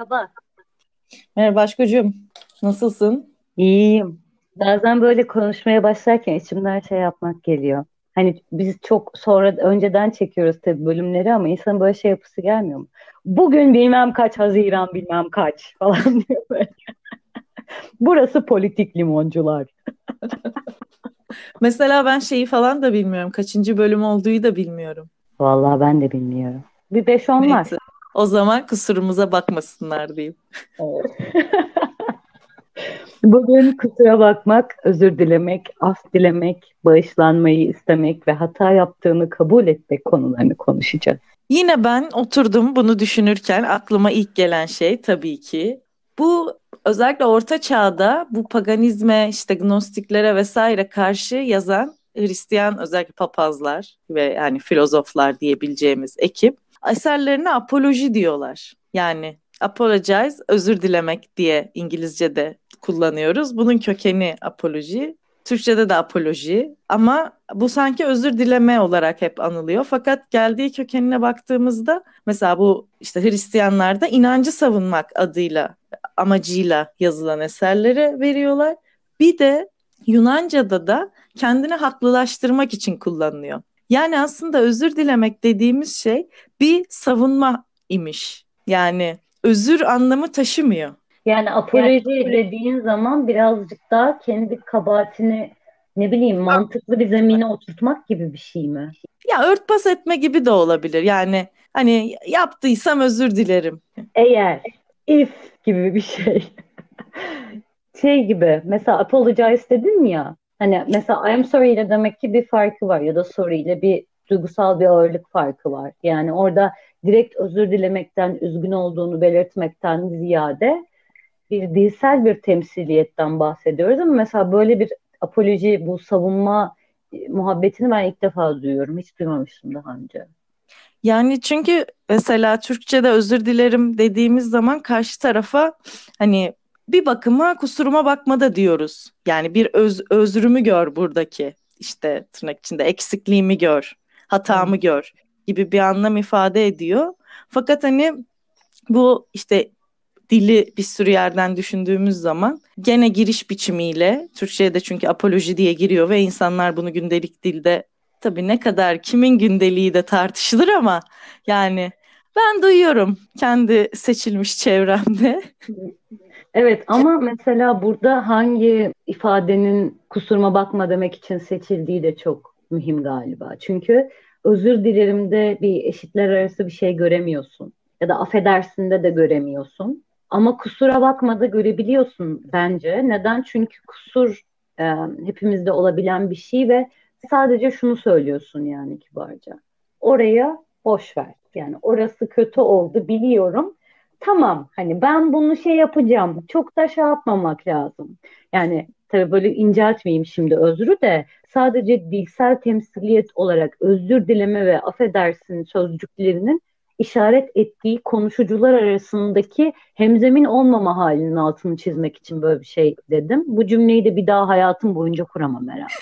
Merhaba. Merhaba Başkocuğum. Nasılsın? İyiyim. Bazen böyle konuşmaya başlarken içimden şey yapmak geliyor. Hani biz çok sonra önceden çekiyoruz tabii bölümleri ama insanın böyle şey yapısı gelmiyor mu? Bugün bilmem kaç Haziran bilmem kaç falan diyor böyle. Burası politik limoncular. Mesela ben şeyi falan da bilmiyorum. Kaçıncı bölüm olduğu da bilmiyorum. Vallahi ben de bilmiyorum. Bir beş on var. Neyse. O zaman kusurumuza bakmasınlar diyeyim. Evet. Bugün kusura bakmak, özür dilemek, af dilemek, bağışlanmayı istemek ve hata yaptığını kabul etmek konularını konuşacağız. Yine ben oturdum bunu düşünürken aklıma ilk gelen şey tabii ki bu özellikle Orta Çağ'da bu paganizme işte gnostiklere vesaire karşı yazan Hristiyan özellikle papazlar ve yani filozoflar diyebileceğimiz ekip eserlerine apoloji diyorlar. Yani apologize özür dilemek diye İngilizce'de kullanıyoruz. Bunun kökeni apoloji. Türkçe'de de apoloji ama bu sanki özür dileme olarak hep anılıyor. Fakat geldiği kökenine baktığımızda mesela bu işte Hristiyanlarda inancı savunmak adıyla amacıyla yazılan eserlere veriyorlar. Bir de Yunanca'da da kendini haklılaştırmak için kullanılıyor. Yani aslında özür dilemek dediğimiz şey bir savunma imiş. Yani özür anlamı taşımıyor. Yani apoloji dediğin zaman birazcık daha kendi kabahatini ne bileyim mantıklı bir zemine oturtmak gibi bir şey mi? Ya örtbas etme gibi de olabilir. Yani hani yaptıysam özür dilerim. Eğer, if gibi bir şey. Şey gibi mesela apologize dedin ya hani mesela I'm sorry ile demek ki bir farkı var ya da sorry ile bir duygusal bir ağırlık farkı var. Yani orada direkt özür dilemekten, üzgün olduğunu belirtmekten ziyade bir dilsel bir temsiliyetten bahsediyoruz ama mesela böyle bir apoloji, bu savunma muhabbetini ben ilk defa duyuyorum. Hiç duymamıştım daha önce. Yani çünkü mesela Türkçe'de özür dilerim dediğimiz zaman karşı tarafa hani bir bakıma kusuruma bakma da diyoruz. Yani bir özrümü gör buradaki işte tırnak içinde eksikliğimi gör, Evet. hatamı gör gibi bir anlam ifade ediyor. Fakat hani bu işte dili bir sürü yerden düşündüğümüz zaman gene giriş biçimiyle Türkçe'ye de çünkü apoloji diye giriyor ve insanlar bunu gündelik dilde tabii ne kadar kimin gündeliği de tartışılır ama yani ben duyuyorum kendi seçilmiş çevremde. Evet ama mesela burada hangi ifadenin kusuruma bakma demek için seçildiği de çok mühim galiba. Çünkü özür dilerimde bir eşitler arası bir şey göremiyorsun. Ya da affedersin de göremiyorsun. Ama kusura bakma da görebiliyorsun bence. Neden? Çünkü kusur e, hepimizde olabilen bir şey ve sadece şunu söylüyorsun yani kibarca. Oraya boş ver. Yani orası kötü oldu biliyorum. Tamam hani ben bunu şey yapacağım. Çok da şey yapmamak lazım. Yani tabii böyle inceltmeyeyim şimdi özrü de sadece dilsel temsiliyet olarak özür dileme ve affedersin sözcüklerinin işaret ettiği konuşucular arasındaki hemzemin olmama halinin altını çizmek için böyle bir şey dedim. Bu cümleyi de bir daha hayatım boyunca kuramam herhalde.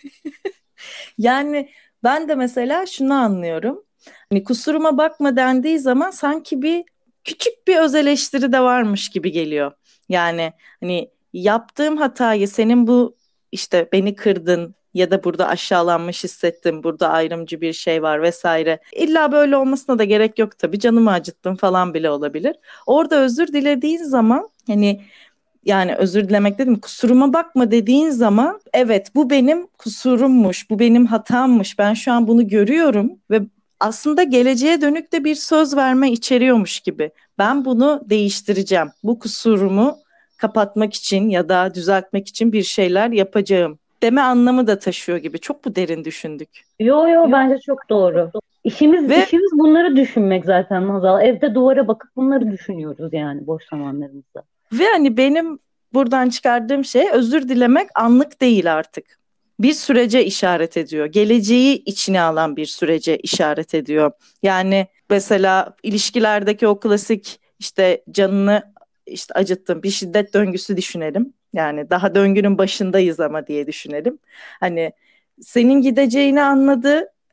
Yani ben de mesela şunu anlıyorum. Hani kusuruma bakma dendiği zaman sanki bir küçük bir öz eleştiri de varmış gibi geliyor. Yani hani yaptığım hatayı senin bu işte beni kırdın ya da burada aşağılanmış hissettim, burada ayrımcı bir şey var vesaire. İlla böyle olmasına da gerek yok tabii. Canımı acıttım falan bile olabilir. Orada özür dilediğin zaman hani yani özür dilemek dedim kusuruma bakma dediğin zaman evet bu benim kusurummuş, bu benim hatammış. Ben şu an bunu görüyorum ve aslında geleceğe dönük de bir söz verme içeriyormuş gibi. Ben bunu değiştireceğim. Bu kusurumu kapatmak için ya da düzeltmek için bir şeyler yapacağım deme anlamı da taşıyor gibi. Çok bu derin düşündük. Yo yo bence çok doğru. İşimiz Ve işimiz bunları düşünmek zaten Hazal. Evde duvara bakıp bunları düşünüyoruz yani boş zamanlarımızda. Hani benim buradan çıkardığım şey özür dilemek anlık değil artık. Bir sürece işaret ediyor. Geleceği içine alan bir sürece işaret ediyor. Yani mesela ilişkilerdeki o klasik işte canını işte acıttım bir şiddet döngüsü düşünelim. Yani daha döngünün başındayız ama diye düşünelim. Hani senin gideceğini anladı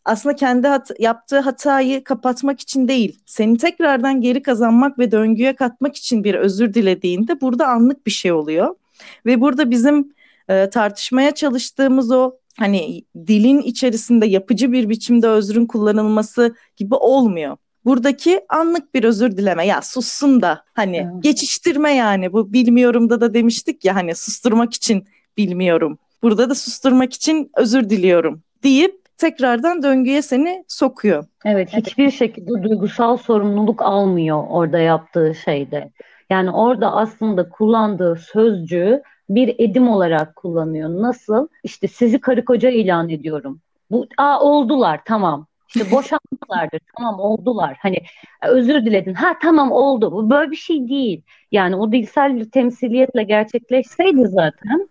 aslında kendi yaptığı hatayı kapatmak için değil, seni tekrardan geri kazanmak ve döngüye katmak için bir özür dilediğinde burada anlık bir şey oluyor. Ve burada bizim tartışmaya çalıştığımız o hani dilin içerisinde yapıcı bir biçimde özrün kullanılması gibi olmuyor. Buradaki anlık bir özür dileme, ya sussun da hani geçiştirme, yani bu bilmiyorum da demiştik ya, hani susturmak için bilmiyorum. Burada da susturmak için özür diliyorum deyip tekrardan döngüye seni sokuyor. Evet, hiçbir şekilde duygusal sorumluluk almıyor orada yaptığı şeyde. Yani orada aslında kullandığı sözcüğü bir edim olarak kullanıyor. Nasıl? İşte sizi karı koca ilan ediyorum. Oldular, tamam. İşte boşandılardır, tamam, oldular. Hani özür diledin. Ha, tamam, oldu. Bu böyle bir şey değil. Yani o dilsel bir temsiliyetle gerçekleşseydi zaten,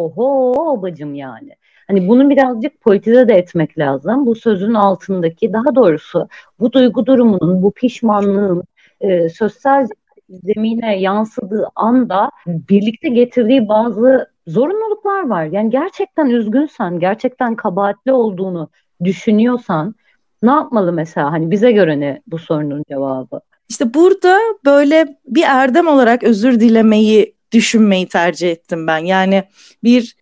oho bacım yani. Hani bunu birazcık politize de etmek lazım. Bu sözün altındaki, daha doğrusu bu duygu durumunun, bu pişmanlığın sosyal zemine yansıdığı anda birlikte getirdiği bazı zorunluluklar var. Yani gerçekten üzgünsen, gerçekten kabahatli olduğunu düşünüyorsan ne yapmalı mesela? Hani bize göre ne bu sorunun cevabı? İşte burada böyle bir erdem olarak özür dilemeyi düşünmeyi tercih ettim ben. Yani bir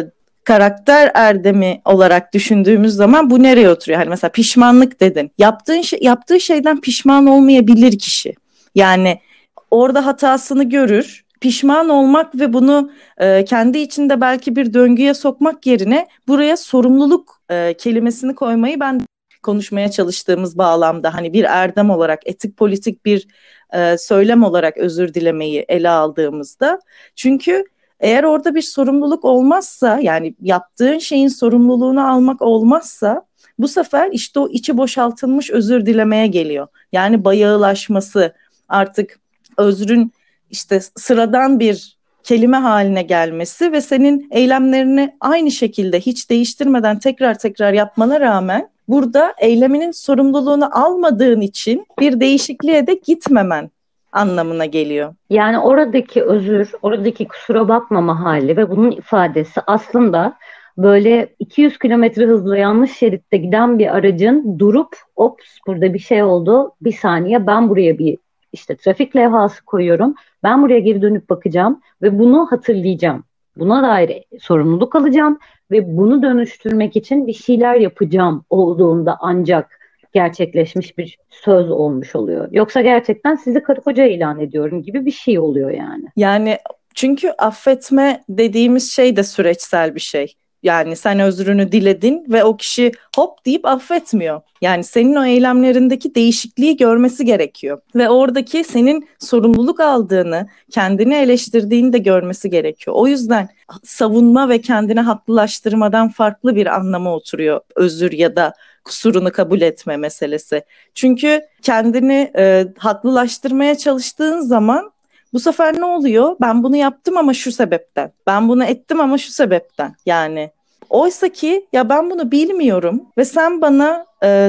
karakter erdemi olarak düşündüğümüz zaman bu nereye oturuyor? Hani mesela pişmanlık dedin. Yaptığı şeyden pişman olmayabilir kişi. Yani orada hatasını görür, pişman olmak ve bunu kendi içinde belki bir döngüye sokmak yerine buraya sorumluluk kelimesini koymayı ben konuşmaya çalıştığımız bağlamda hani bir erdem olarak, etik politik bir söylem olarak özür dilemeyi ele aldığımızda, çünkü eğer orada bir sorumluluk olmazsa, yani yaptığın şeyin sorumluluğunu almak olmazsa, bu sefer işte o içi boşaltılmış özür dilemeye geliyor. Yani bayağılaşması, artık özrün işte sıradan bir kelime haline gelmesi ve senin eylemlerini aynı şekilde hiç değiştirmeden tekrar tekrar yapmana rağmen burada eyleminin sorumluluğunu almadığın için bir değişikliğe de gitmemen anlamına geliyor. Yani oradaki özür, oradaki kusura bakmama hali ve bunun ifadesi aslında böyle 200 kilometre hızla yanlış şeritte giden bir aracın durup, ops, burada bir şey oldu, bir saniye, ben buraya bir işte trafik levhası koyuyorum, ben buraya geri dönüp bakacağım ve bunu hatırlayacağım. Buna dair sorumluluk alacağım ve bunu dönüştürmek için bir şeyler yapacağım olduğunda ancak gerçekleşmiş bir söz olmuş oluyor. Yoksa gerçekten sizi karı koca ilan ediyorum gibi bir şey oluyor yani. Yani çünkü affetme dediğimiz şey de süreçsel bir şey. Yani sen özrünü diledin ve o kişi hop deyip affetmiyor. Yani senin o eylemlerindeki değişikliği görmesi gerekiyor. Ve oradaki senin sorumluluk aldığını, kendini eleştirdiğini de görmesi gerekiyor. O yüzden savunma ve kendini haklılaştırmadan farklı bir anlama oturuyor özür ya da kusurunu kabul etme meselesi. Çünkü kendini haklılaştırmaya çalıştığın zaman bu sefer ne oluyor? Ben bunu yaptım ama şu sebepten. Ben bunu ettim ama şu sebepten. Yani oysa ki ya ben bunu bilmiyorum ve sen bana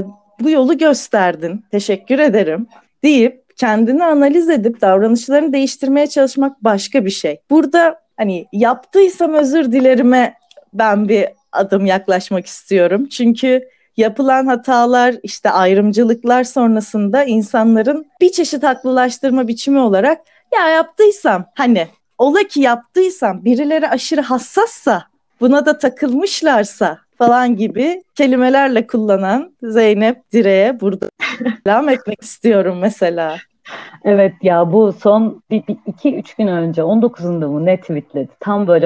bu yolu gösterdin. Teşekkür ederim deyip kendini analiz edip davranışlarını değiştirmeye çalışmak başka bir şey. Burada hani yaptıysam özür dilerime ben bir adım yaklaşmak istiyorum. Çünkü yapılan hatalar, işte ayrımcılıklar sonrasında insanların bir çeşit haklılaştırma biçimi olarak ya yaptıysam, hani ola ki yaptıysam, birileri aşırı hassassa, buna da takılmışlarsa falan gibi kelimelerle kullanan Zeynep Dire'ye burada selam etmek istiyorum mesela. Evet ya, bu son 2-3 gün önce 19'unda mı ne tweetledi? Tam böyle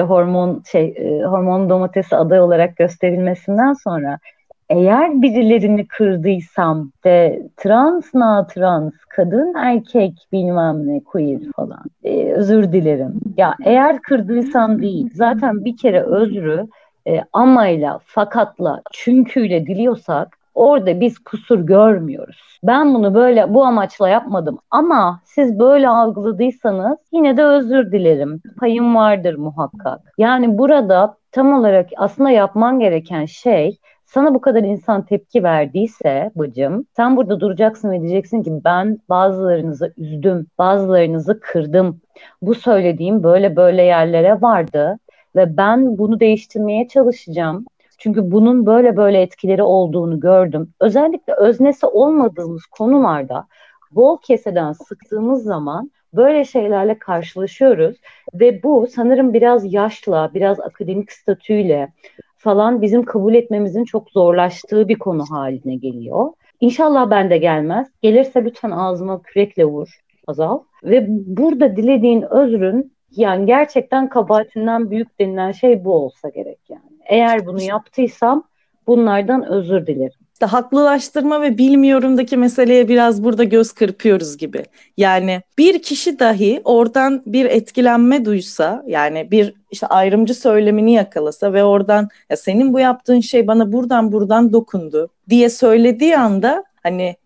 hormon domatesi aday olarak gösterilmesinden sonra, eğer birilerini kırdıysam de trans na trans, kadın erkek bilmem ne queer falan, özür dilerim. Ya eğer kırdıysam değil, zaten bir kere özrü amayla, fakatla, çünküyle diliyorsak orada biz kusur görmüyoruz. Ben bunu böyle bu amaçla yapmadım ama siz böyle algıladıysanız yine de özür dilerim. Payım vardır muhakkak. Yani burada tam olarak aslında yapman gereken şey, sana bu kadar insan tepki verdiyse bacım, sen burada duracaksın ve diyeceksin ki ben bazılarınızı üzdüm, bazılarınızı kırdım. Bu söylediğim böyle böyle yerlere vardı ve ben bunu değiştirmeye çalışacağım. Çünkü bunun böyle böyle etkileri olduğunu gördüm. Özellikle öznesi olmadığımız konularda bol keseden sıktığımız zaman böyle şeylerle karşılaşıyoruz ve bu sanırım biraz yaşla, biraz akademik statüyle falan bizim kabul etmemizin çok zorlaştığı bir konu haline geliyor. İnşallah bende gelmez. Gelirse lütfen ağzıma kürekle vur Hazal. Ve burada dilediğin özrün yani gerçekten kabahatinden büyük denilen şey bu olsa gerek yani. Eğer bunu yaptıysam bunlardan özür dilerim. İşte haklılaştırma ve bilmiyorumdaki meseleye biraz burada göz kırpıyoruz gibi. Yani bir kişi dahi oradan bir etkilenme duysa, yani bir işte ayrımcı söylemini yakalasa ve oradan ya senin bu yaptığın şey bana buradan buradan dokundu diye söylediği anda hani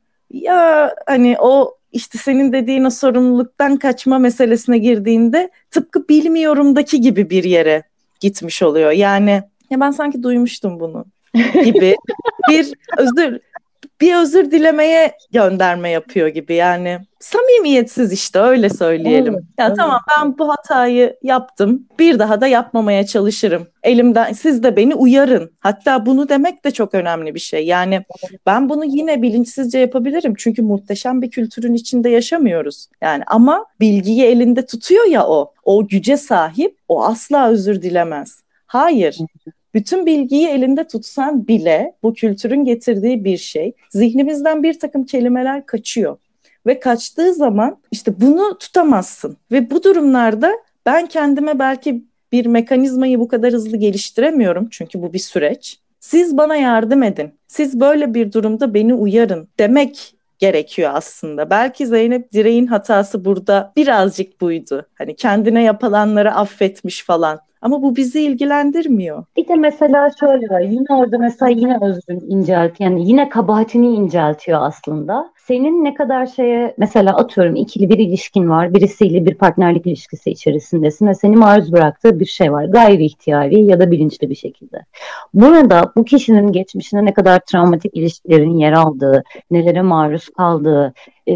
ya hani o işte senin dediğin o sorumluluktan kaçma meselesine girdiğinde tıpkı bilmiyorumdaki gibi bir yere gitmiş oluyor. Yani ya ben sanki duymuştum bunu gibi bir özür bir özür dilemeye gönderme yapıyor gibi yani. Samimiyetsiz işte öyle söyleyelim. Evet, Ya evet. tamam ben bu hatayı yaptım. Bir daha da yapmamaya çalışırım. Elimden siz de beni uyarın. Hatta bunu demek de çok önemli bir şey. Yani ben bunu yine bilinçsizce yapabilirim. Çünkü muhteşem bir kültürün içinde yaşamıyoruz. Yani ama bilgiyi elinde tutuyor ya o. O güce sahip. O asla özür dilemez. Hayır. Bütün bilgiyi elinde tutsan bile bu kültürün getirdiği bir şey. Zihnimizden bir takım kelimeler kaçıyor. Ve kaçtığı zaman işte bunu tutamazsın. Ve bu durumlarda ben kendime belki bir mekanizmayı bu kadar hızlı geliştiremiyorum. Çünkü bu bir süreç. Siz bana yardım edin. Siz böyle bir durumda beni uyarın demek gerekiyor aslında. Belki Zeynep Direğin hatası burada birazcık buydu. Hani kendine yapılanları affetmiş falan. Ama bu bizi ilgilendirmiyor. Bir de mesela şöyle var. Yine orada mesela yine özrünü yani yine kabahatini inceltiyor aslında. Senin ne kadar şeye mesela atıyorum ikili bir ilişkin var. Birisiyle bir partnerlik ilişkisi içerisindesin ve seni maruz bıraktığı bir şey var. Gayri ihtiyari ya da bilinçli bir şekilde. Burada bu kişinin geçmişine ne kadar travmatik ilişkilerin yer aldığı, nelere maruz kaldığı,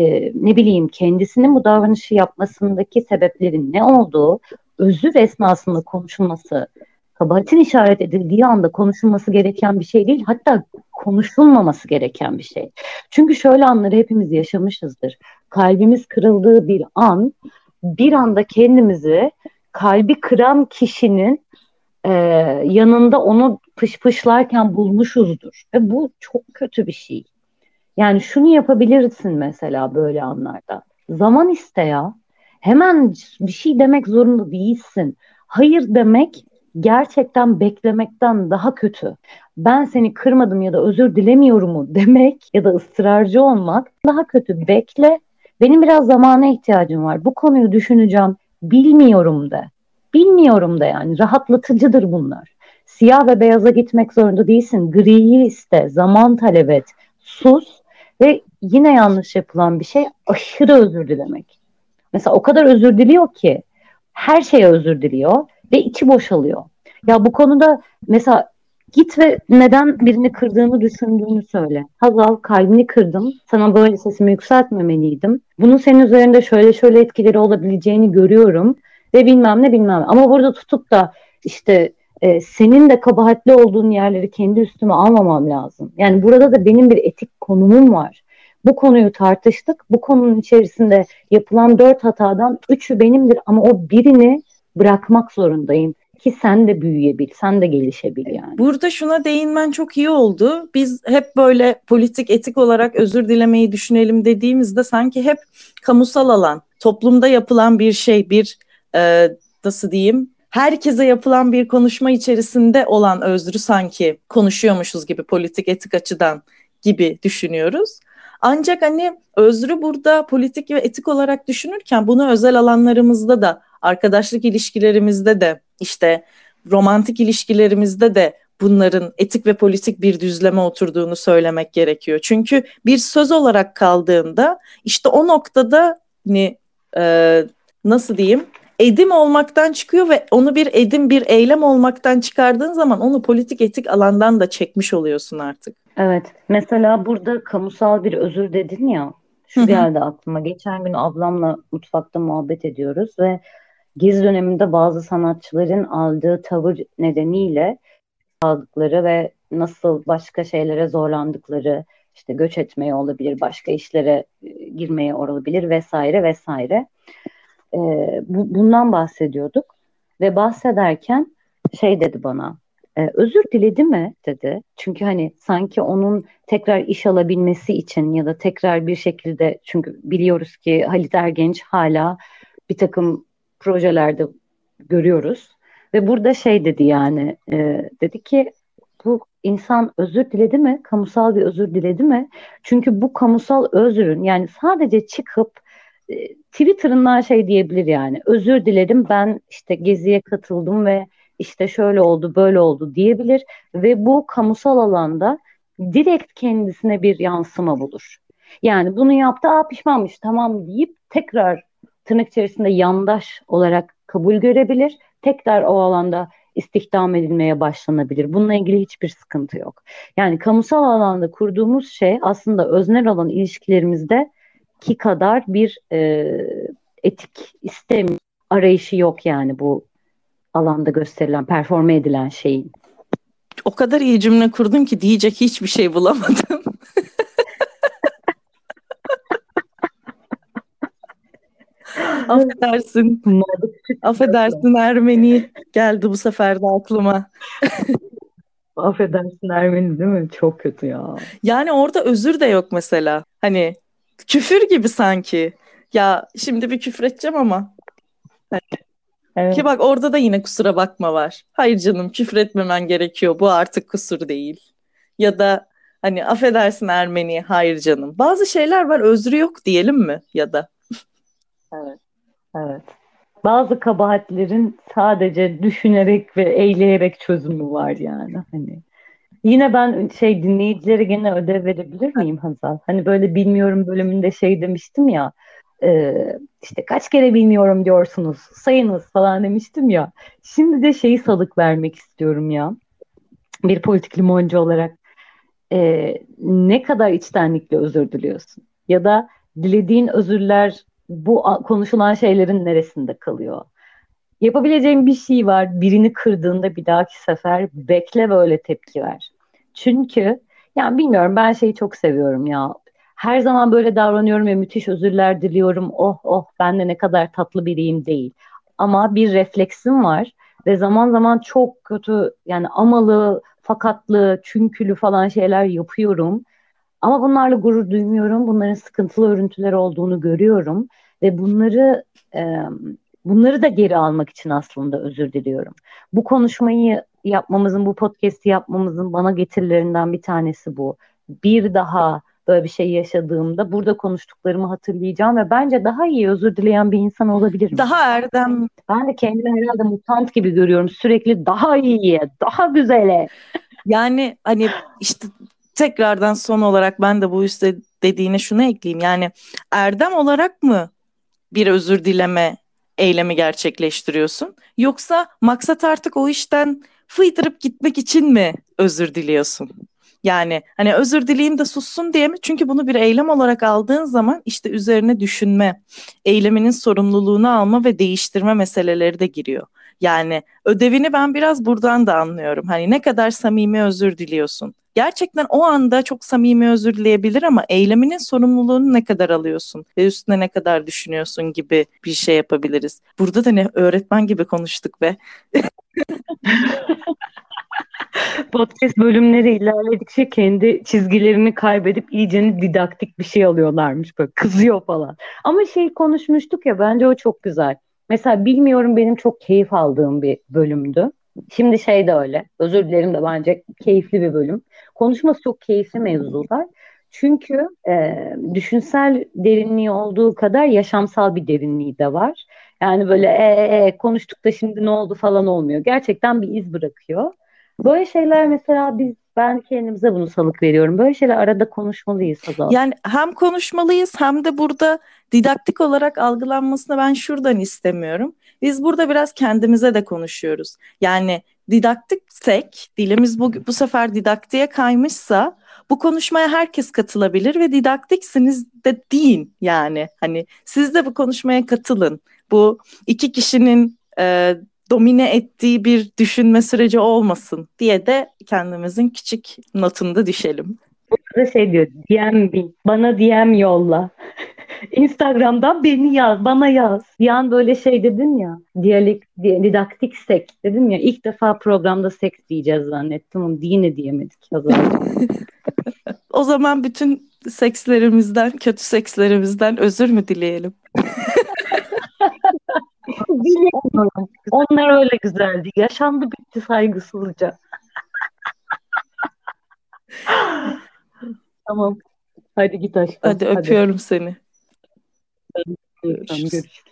ne bileyim kendisinin bu davranışı yapmasındaki sebeplerin ne olduğu özür esnasında konuşulması, kabahatin işaret edildiği anda konuşulması gereken bir şey değil, hatta konuşulmaması gereken bir şey. Çünkü şöyle anları hepimiz yaşamışızdır. Kalbimiz kırıldığı bir an, bir anda kendimizi kalbi kıran kişinin e, yanında onu pışpışlarken bulmuşuzdur. Ve bu çok kötü bir şey. Yani şunu yapabilirsin mesela böyle anlarda. Zaman iste ya. Hemen bir şey demek zorunda değilsin. Hayır demek gerçekten beklemekten daha kötü. Ben seni kırmadım ya da özür dilemiyorumu demek ya da ısrarcı olmak daha kötü. Bekle. Benim biraz zamana ihtiyacım var. Bu konuyu düşüneceğim. Bilmiyorum de. Bilmiyorum da yani rahatlatıcıdır bunlar. Siyah ve beyaza gitmek zorunda değilsin. Griyi iste, zaman talep et. Sus ve yine yanlış yapılan bir şey aşırı özür dilemek. Mesela o kadar özür diliyor ki her şeye özür diliyor ve içi boşalıyor. Ya bu konuda mesela git ve neden birini kırdığını düşündüğünü söyle. Hazal kalbini kırdım. Sana böyle sesimi yükseltmemeliydim. Bunun senin üzerinde şöyle şöyle etkileri olabileceğini görüyorum ve bilmem ne bilmem. Ama burada tutup da işte senin de kabahatli olduğun yerleri kendi üstüme almamam lazım. Yani burada da benim bir etik konumum var. Bu konuyu tartıştık. Bu konunun içerisinde yapılan 4 hatadan 3'ü benimdir ama o birini bırakmak zorundayım ki sen de büyüyebil, sen de gelişebil yani. Burada şuna değinmen çok iyi oldu. Biz hep böyle politik, etik olarak özür dilemeyi düşünelim dediğimizde sanki hep kamusal alan, toplumda yapılan bir şey, bir nasıl diyeyim, herkese yapılan bir konuşma içerisinde olan özrü sanki konuşuyormuşuz gibi politik, etik açıdan gibi düşünüyoruz. Ancak hani özrü burada politik ve etik olarak düşünürken bunu özel alanlarımızda da, arkadaşlık ilişkilerimizde de, işte romantik ilişkilerimizde de bunların etik ve politik bir düzleme oturduğunu söylemek gerekiyor. Çünkü bir söz olarak kaldığında işte o noktada hani, nasıl diyeyim, edim olmaktan çıkıyor ve onu bir edim, bir eylem olmaktan çıkardığın zaman onu politik etik alandan da çekmiş oluyorsun artık. Evet, mesela burada kamusal bir özür dedin ya, Hı şu hı. geldi aklıma. Geçen gün ablamla mutfakta muhabbet ediyoruz ve Gezi döneminde bazı sanatçıların aldığı tavır nedeniyle kaldıkları ve nasıl başka şeylere zorlandıkları, işte göç etmeye olabilir, başka işlere girmeye olabilir vesaire vesaire. Bundan bahsediyorduk ve bahsederken şey dedi bana, özür diledi mi dedi. Çünkü hani sanki onun tekrar iş alabilmesi için ya da tekrar bir şekilde, çünkü biliyoruz ki Halit Ergenç hala bir takım projelerde görüyoruz. Ve burada şey dedi, yani dedi ki bu insan özür diledi mi? Kamusal bir özür diledi mi? Çünkü bu kamusal özrün, yani sadece çıkıp Twitter'ından şey diyebilir, yani özür dilerim, ben işte geziye katıldım ve işte şöyle oldu böyle oldu diyebilir ve bu kamusal alanda direkt kendisine bir yansıma bulur. Yani bunu yaptı, pişmanmış, tamam deyip tekrar tırnak içerisinde yandaş olarak kabul görebilir. Tekrar o alanda istihdam edilmeye başlanabilir. Bununla ilgili hiçbir sıkıntı yok. Yani kamusal alanda kurduğumuz şey aslında öznel olan ilişkilerimizde ki kadar bir etik istem arayışı yok, yani bu alanda gösterilen, performe edilen şeyin. O kadar iyi cümle kurdun ki diyecek hiçbir şey bulamadım. Affedersin. Affedersin Ermeni geldi bu sefer de aklıma. Affedersin Ermeni değil mi? Çok kötü ya. Yani orada özür de yok mesela. Hani küfür gibi sanki. Ya şimdi bir küfür edeceğim ama. Evet. Ki bak orada da yine kusura bakma var. Hayır canım küfür etmemen gerekiyor. Bu artık kusur değil. Ya da hani affedersin Ermeni. Hayır canım. Bazı şeyler var özrü yok diyelim mi? Ya da. Evet. Evet. Bazı kabahatlerin sadece düşünerek ve eyleyerek çözümü var yani. Hani yine ben şey, dinleyicilere gene ödev verebilir miyim Hazal? Hani böyle bilmiyorum bölümünde şey demiştim ya, işte kaç kere bilmiyorum diyorsunuz, sayınız falan demiştim ya. Şimdi de şeyi salık vermek istiyorum ya, bir politik limoncu olarak. Ne kadar içtenlikle özür diliyorsun? Ya da dilediğin özürler bu konuşulan şeylerin neresinde kalıyor? Yapabileceğin bir şey var. Birini kırdığında bir dahaki sefer bekle ve öyle tepki ver. Çünkü yani bilmiyorum, ben şeyi çok seviyorum ya. Her zaman böyle davranıyorum ve müthiş özürler diliyorum. Oh oh, ben de ne kadar tatlı biriyim değil. Ama bir refleksim var ve zaman zaman çok kötü, yani amalı, fakatlı, çünkülü falan şeyler yapıyorum. Ama bunlarla gurur duymuyorum. Bunların sıkıntılı örüntüler olduğunu görüyorum ve e, bunları da geri almak için aslında özür diliyorum. Bu konuşmayı yapmamızın, bu podcast'i yapmamızın bana getirilerinden bir tanesi bu. Bir daha böyle bir şey yaşadığımda burada konuştuklarımı hatırlayacağım ve bence daha iyi özür dileyen bir insan olabilirim. Daha erdem. Ben de kendimi herhalde mutant gibi görüyorum. Sürekli daha iyiye, daha güzele. Yani hani işte tekrardan son olarak ben de bu üstte dediğine şunu ekleyeyim. Yani erdem olarak mı bir özür dileme eylemi gerçekleştiriyorsun? Yoksa maksat artık o işten fıydırıp gitmek için mi özür diliyorsun? Yani hani özür dileyim de sussun diye mi? Çünkü bunu bir eylem olarak aldığın zaman işte üzerine düşünme, eyleminin sorumluluğunu alma ve değiştirme meseleleri de giriyor. Yani ödevini ben biraz buradan da anlıyorum. Hani ne kadar samimi özür diliyorsun? Gerçekten o anda çok samimi özür dileyebilir ama eyleminin sorumluluğunu ne kadar alıyorsun ve üstüne ne kadar düşünüyorsun gibi bir şey yapabiliriz. Burada da ne öğretmen gibi konuştuk be. Podcast bölümleri ilerledikçe kendi çizgilerini kaybedip iyicene didaktik bir şey alıyorlarmış, böyle kızıyor falan. Ama şey konuşmuştuk ya, bence o çok güzel. Mesela bilmiyorum, benim çok keyif aldığım bir bölümdü. Şimdi şey de öyle. Özür dilerim de bence keyifli bir bölüm. Konuşması çok keyifli mevzular. Çünkü düşünsel derinliği olduğu kadar yaşamsal bir derinliği de var. Yani böyle konuştuk da şimdi ne oldu falan olmuyor. Gerçekten bir iz bırakıyor. Böyle şeyler mesela ben kendimize bunu salık veriyorum. Böyle şeyler arada konuşmalıyız Hazal. Yani hem konuşmalıyız hem de burada didaktik olarak algılanmasını ben şuradan istemiyorum. Biz burada biraz kendimize de konuşuyoruz. Yani didaktiksek, dilimiz bu sefer didaktiğe kaymışsa bu konuşmaya herkes katılabilir ve didaktiksiniz de deyin yani. Hani siz de bu konuşmaya katılın. Bu iki kişinin domine ettiği bir düşünme süreci olmasın diye de kendimizin küçük notunda düşelim. Burada şey diyor, bana DM yolla. Instagram'dan beni yaz, bana yaz. Bir an böyle şey dedin ya, didaktik seks dedim ya, ilk defa programda seks diyeceğiz zannettim ama yine diyemedik. O zaman bütün sekslerimizden, kötü sekslerimizden özür mü dileyelim? Bilmiyorum. Onlar öyle güzeldi. Yaşandı bitti saygısızca. Tamam. Hadi git aşkım. Hadi Hadi. öpüyorum seni. Tamam, Görüşürüz. görüşürüz.